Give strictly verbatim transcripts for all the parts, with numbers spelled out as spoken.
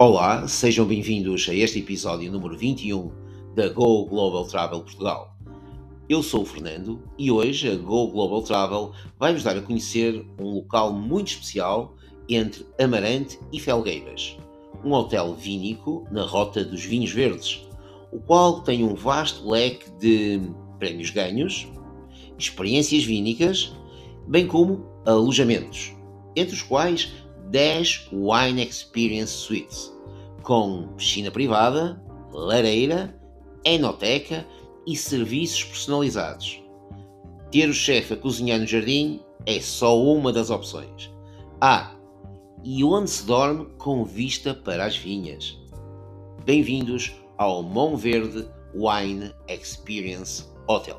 Olá, sejam bem-vindos a este episódio número vinte e um da Go Global Travel Portugal. Eu sou o Fernando e hoje a Go Global Travel vai-vos dar a conhecer um local muito especial entre Amarante e Felgueiras, um hotel vínico na Rota dos Vinhos Verdes, o qual tem um vasto leque de prémios ganhos, experiências vínicas, bem como alojamentos, entre os quais dez Wine Experience Suites, com piscina privada, lareira, enoteca e serviços personalizados. Ter o chefe a cozinhar no jardim é só uma das opções. Ah, e onde se dorme com vista para as vinhas. Bem-vindos ao Monverde Wine Experience Hotel.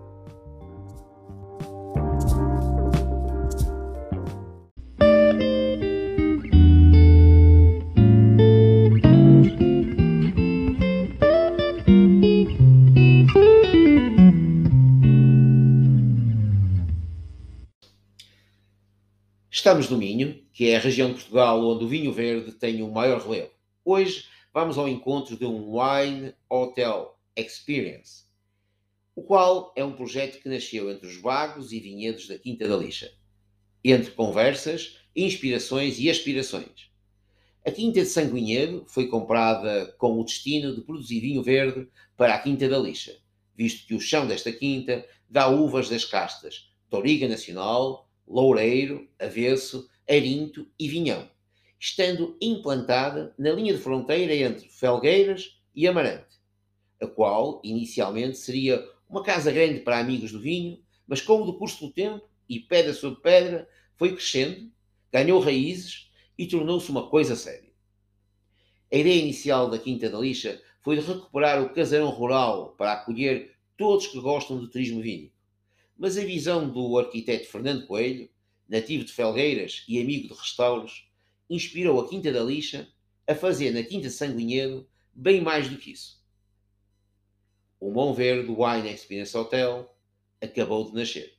Estamos no Minho, que é a região de Portugal onde o vinho verde tem o maior relevo. Hoje vamos ao encontro de um Wine Hotel Experience, o qual é um projeto que nasceu entre os vagos e vinhedos da Quinta da Lixa, entre conversas, inspirações e aspirações. A Quinta de Sanguinheiro foi comprada com o destino de produzir vinho verde para a Quinta da Lixa, visto que o chão desta quinta dá uvas das castas Touriga Nacional, Loureiro, Avesso, Arinto e Vinhão, estando implantada na linha de fronteira entre Felgueiras e Amarante, a qual inicialmente seria uma casa grande para amigos do vinho, mas com o decurso do tempo e pedra sobre pedra foi crescendo, ganhou raízes e tornou-se uma coisa séria. A ideia inicial da Quinta da Lixa foi de recuperar o casarão rural para acolher todos que gostam do turismo vínico. Mas a visão do arquiteto Fernando Coelho, nativo de Felgueiras e amigo de restauros, inspirou a Quinta da Lixa a fazer na Quinta de Sanguinhedo bem mais do que isso. O Monverde Wine Experience Hotel acabou de nascer.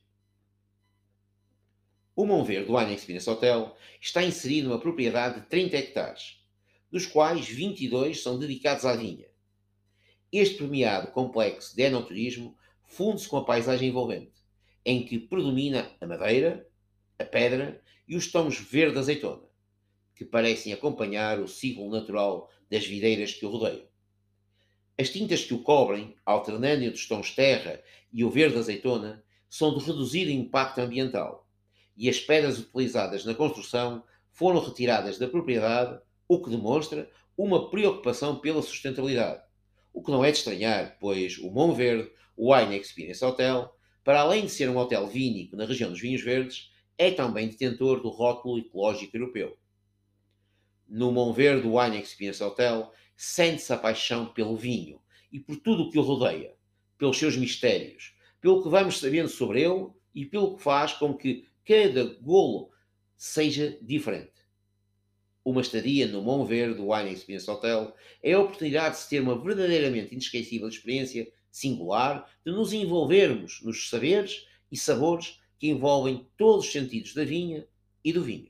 O Monverde Wine Experience Hotel está inserido numa propriedade de trinta hectares, dos quais vinte e dois são dedicados à vinha. Este premiado complexo de enoturismo funde-se com a paisagem envolvente, em que predomina a madeira, a pedra e os tons verde azeitona, que parecem acompanhar o ciclo natural das videiras que o rodeiam. As tintas que o cobrem, alternando entre os tons terra e o verde azeitona, são de reduzido impacto ambiental, e as pedras utilizadas na construção foram retiradas da propriedade, o que demonstra uma preocupação pela sustentabilidade, o que não é de estranhar, pois o Monverde Wine Experience Hotel, para além de ser um hotel vínico na região dos vinhos verdes, é também detentor do rótulo ecológico europeu. No Monverde Wine Experience Hotel, sente-se a paixão pelo vinho e por tudo o que o rodeia, pelos seus mistérios, pelo que vamos sabendo sobre ele e pelo que faz com que cada golo seja diferente. Uma estadia no Monverde Wine Experience Hotel é a oportunidade de se ter uma verdadeiramente inesquecível experiência singular de nos envolvermos nos saberes e sabores que envolvem todos os sentidos da vinha e do vinho.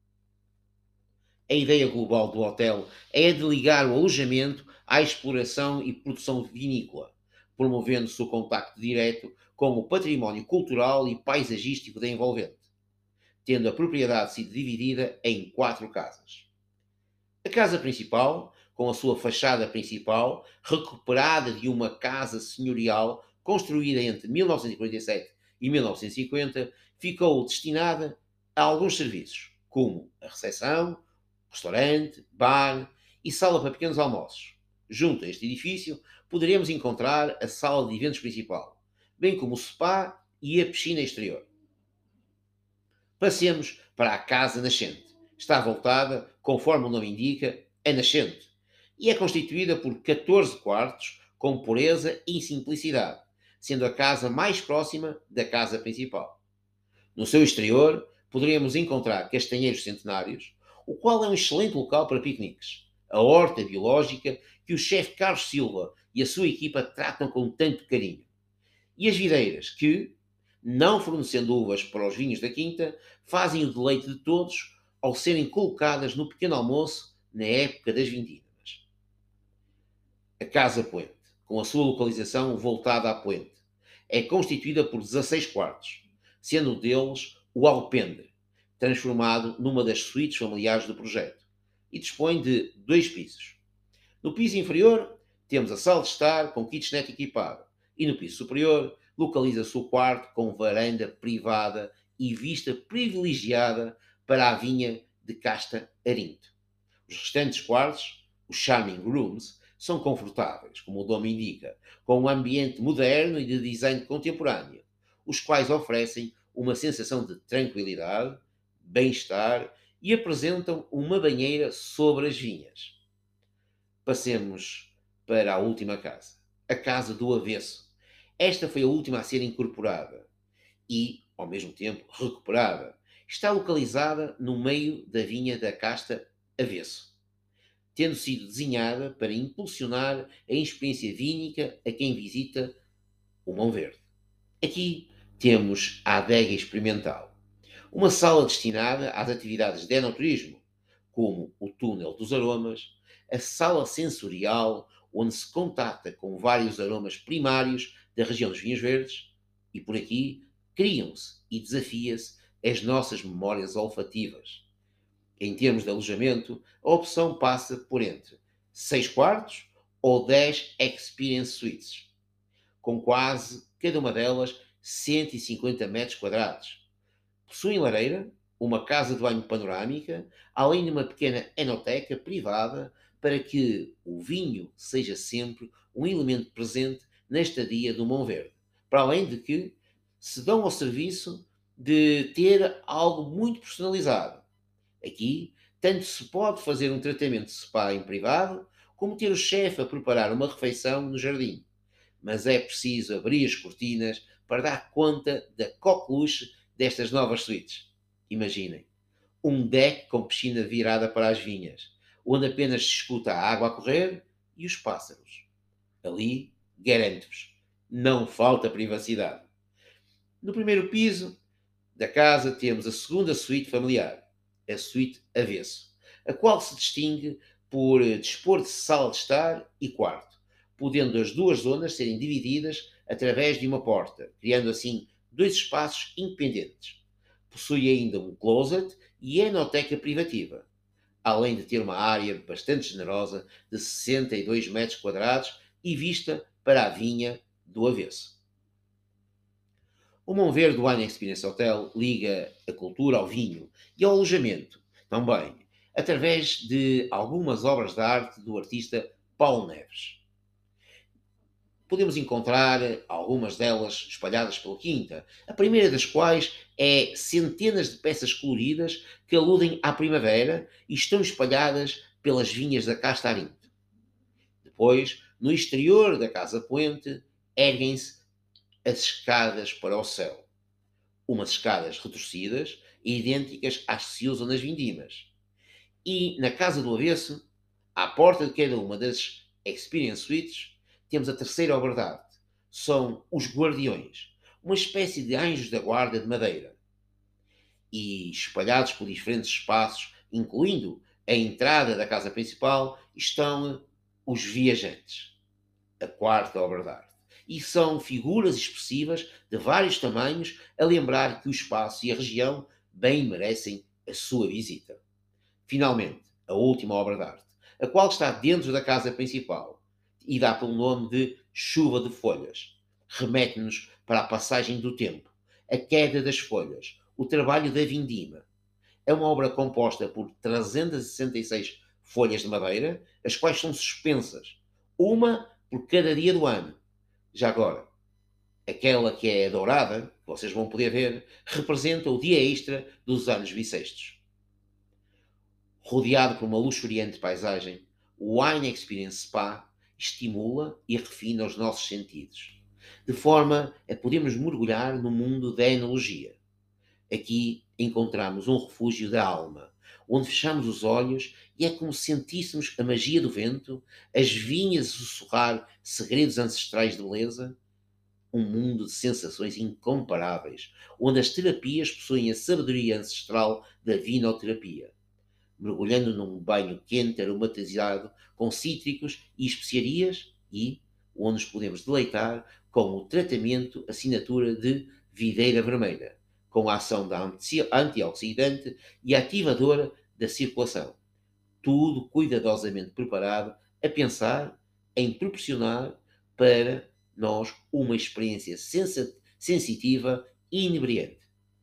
A ideia global do hotel é a de ligar o alojamento à exploração e produção vinícola, promovendo-se o contacto direto com o património cultural e paisagístico da envolvente, tendo a propriedade sido dividida em quatro casas. A casa principal, com a sua fachada principal, recuperada de uma casa senhorial construída entre mil novecentos e quarenta e sete e mil novecentos e cinquenta, ficou destinada a alguns serviços, como a recepção, restaurante, bar e sala para pequenos almoços. Junto a este edifício, poderemos encontrar a sala de eventos principal, bem como o spa e a piscina exterior. Passemos para a Casa Nascente. Está voltada, conforme o nome indica, a nascente, e é constituída por catorze quartos com pureza e simplicidade, sendo a casa mais próxima da casa principal. No seu exterior, poderemos encontrar castanheiros centenários, o qual é um excelente local para piqueniques, a horta biológica que o chefe Carlos Silva e a sua equipa tratam com tanto carinho, e as videiras que, não fornecendo uvas para os vinhos da quinta, fazem o deleite de todos ao serem colocadas no pequeno almoço na época das vindimas. A Casa Poente, com a sua localização voltada à Poente, é constituída por dezasseis quartos, sendo um deles o alpendre, transformado numa das suítes familiares do projeto, e dispõe de dois pisos. No piso inferior, temos a sala de estar com kitchenette equipada, e no piso superior localiza-se o quarto com varanda privada e vista privilegiada para a vinha de Casta Arinto. Os restantes quartos, os Charming Rooms, são confortáveis, como o nome indica, com um ambiente moderno e de design contemporâneo, os quais oferecem uma sensação de tranquilidade, bem-estar e apresentam uma banheira sobre as vinhas. Passemos para a última casa, a Casa do Avesso. Esta foi a última a ser incorporada e, ao mesmo tempo, recuperada. Está localizada no meio da vinha da Casta Avesso, tendo sido desenhada para impulsionar a experiência vínica a quem visita o Mão Verde. Aqui temos a adega experimental, uma sala destinada às atividades de enoturismo, como o túnel dos aromas, a sala sensorial, onde se contacta com vários aromas primários da região dos vinhos verdes, e por aqui criam-se e desafia-se as nossas memórias olfativas. Em termos de alojamento, a opção passa por entre seis quartos ou dez Experience Suites, com quase cada uma delas cento e cinquenta metros quadrados. Possuem lareira, uma casa de banho panorâmica, além de uma pequena enoteca privada para que o vinho seja sempre um elemento presente na estadia do Mão Verde. Para além de que se dão ao serviço de ter algo muito personalizado. Aqui, tanto se pode fazer um tratamento de spa em privado, como ter o chefe a preparar uma refeição no jardim. Mas é preciso abrir as cortinas para dar conta da coqueluche destas novas suítes. Imaginem, um deck com piscina virada para as vinhas, onde apenas se escuta a água a correr e os pássaros. Ali, garanto-vos, não falta privacidade. No primeiro piso da casa temos a segunda suíte familiar, a suíte Avesso, a qual se distingue por dispor de sala de estar e quarto, podendo as duas zonas serem divididas através de uma porta, criando assim dois espaços independentes. Possui ainda um closet e enoteca privativa, além de ter uma área bastante generosa de sessenta e dois metros quadrados e vista para a vinha do Avesso. O Mão Verde Wine Experience Hotel liga a cultura ao vinho e ao alojamento, também, através de algumas obras de arte do artista Paulo Neves. Podemos encontrar algumas delas espalhadas pela quinta, a primeira das quais é centenas de peças coloridas que aludem à primavera e estão espalhadas pelas vinhas da Casta Arinto. Depois, no exterior da Casa Poente, erguem-se as escadas para o céu. Umas escadas retorcidas e idênticas às que se usam nas vindimas. E na Casa do Avesso, à porta de cada uma das Experience Suites, temos a terceira obra de arte. São os Guardiões, uma espécie de anjos da guarda de madeira. E espalhados por diferentes espaços, incluindo a entrada da casa principal, estão os Viajantes, a quarta obra de arte. E são figuras expressivas de vários tamanhos a lembrar que o espaço e a região bem merecem a sua visita. Finalmente, a última obra de arte, a qual está dentro da casa principal e dá pelo nome de Chuva de Folhas. Remete-nos para a passagem do tempo, a queda das folhas, o trabalho da vindima. É uma obra composta por trezentas e sessenta e seis folhas de madeira, as quais são suspensas, uma por cada dia do ano. Já agora, aquela que é dourada, que vocês vão poder ver, representa o dia extra dos anos bissextos. Rodeado por uma luxuriante paisagem, o Wine Experience Spa estimula e refina os nossos sentidos, de forma a podermos mergulhar no mundo da enologia. Aqui encontramos um refúgio da alma, onde fechamos os olhos e é como se sentíssemos a magia do vento, as vinhas a sussurrar segredos ancestrais de beleza, um mundo de sensações incomparáveis, onde as terapias possuem a sabedoria ancestral da vinoterapia. mergulhando num banho quente aromatizado com cítricos e especiarias e onde nos podemos deleitar com o tratamento assinatura de videira vermelha, com a ação da anti- antioxidante e ativadora da circulação. Tudo cuidadosamente preparado a pensar em proporcionar para nós uma experiência sensa- sensitiva e inebriante.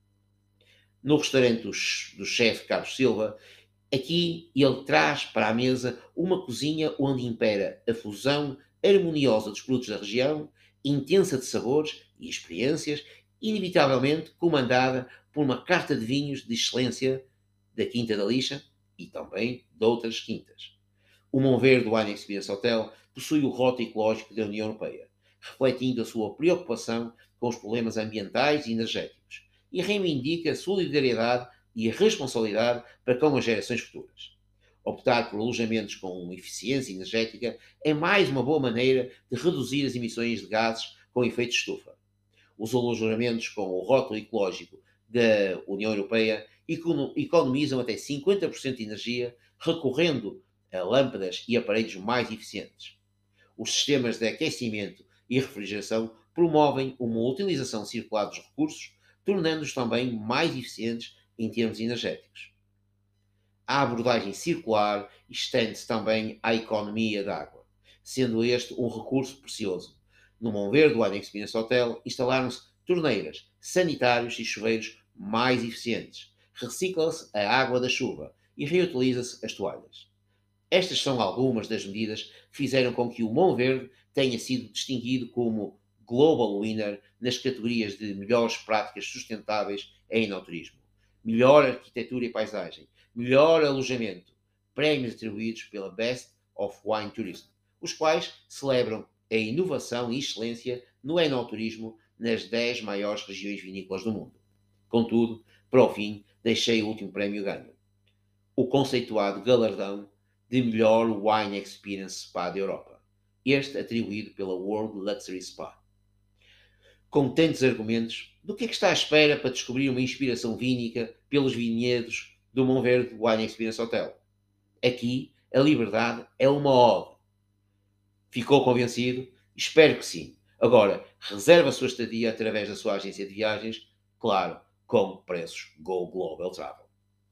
No restaurante do, do chefe Carlos Silva, aqui ele traz para a mesa uma cozinha onde impera a fusão harmoniosa dos produtos da região, intensa de sabores e experiências, inevitavelmente comandada por uma carta de vinhos de excelência da Quinta da Lixa e também de outras quintas. O Monverde Wine Experience Hotel possui o rótulo ecológico da União Europeia, refletindo a sua preocupação com os problemas ambientais e energéticos, e reivindica a solidariedade e a responsabilidade para com as gerações futuras. Optar por alojamentos com eficiência energética é mais uma boa maneira de reduzir as emissões de gases com efeito de estufa. Os alojamentos com o rótulo ecológico da União Europeia economizam até cinquenta por cento de energia recorrendo a lâmpadas e aparelhos mais eficientes. Os sistemas de aquecimento e refrigeração promovem uma utilização circular dos recursos, tornando-os também mais eficientes em termos energéticos. A abordagem circular estende-se também à economia da água, sendo este um recurso precioso. No Monverde Wine Experience Hotel instalaram-se torneiras, sanitários e chuveiros mais eficientes. Recicla-se a água da chuva e reutiliza-se as toalhas. Estas são algumas das medidas que fizeram com que o Monverde tenha sido distinguido como Global Winner nas categorias de melhores práticas sustentáveis em enoturismo, melhor arquitetura e paisagem, melhor alojamento, prémios atribuídos pela Best of Wine Tourism, os quais celebram a inovação e excelência no enoturismo nas dez maiores regiões vinícolas do mundo. Contudo, para o fim, deixei o último prémio ganho. O conceituado galardão de melhor Wine Experience Spa da Europa, este atribuído pela World Luxury Spa. Com tantos argumentos, do que é que está à espera para descobrir uma inspiração vínica pelos vinhedos do Monverde Wine Experience Hotel? Aqui, a liberdade é uma ode. Ficou convencido? Espero que sim. Agora, reserva a sua estadia através da sua agência de viagens, claro, com preços Go Global Travel.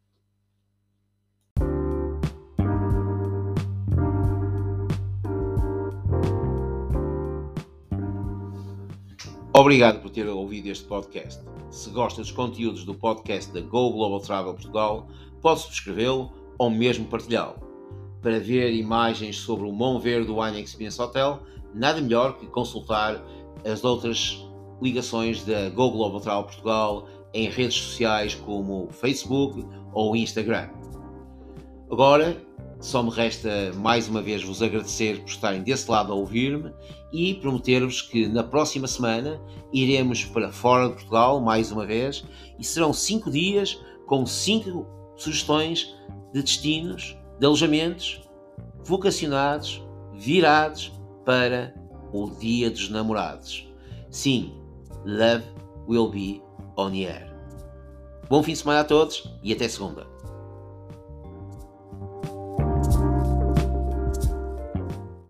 Obrigado por ter ouvido este podcast. Se gosta dos conteúdos do podcast da Go Global Travel Portugal, pode subscrevê-lo ou mesmo partilhá-lo. Para ver imagens sobre o Monverde Wine Experience Hotel, nada melhor que consultar as outras ligações da Go Global Travel Portugal em redes sociais como Facebook ou Instagram. Agora, só me resta mais uma vez vos agradecer por estarem desse lado a ouvir-me e prometer-vos que na próxima semana iremos para fora de Portugal mais uma vez e serão cinco dias com cinco sugestões de destinos, de alojamentos vocacionados, virados para o Dia dos Namorados. Sim, love will be on the air. Bom fim de semana a todos e até segunda.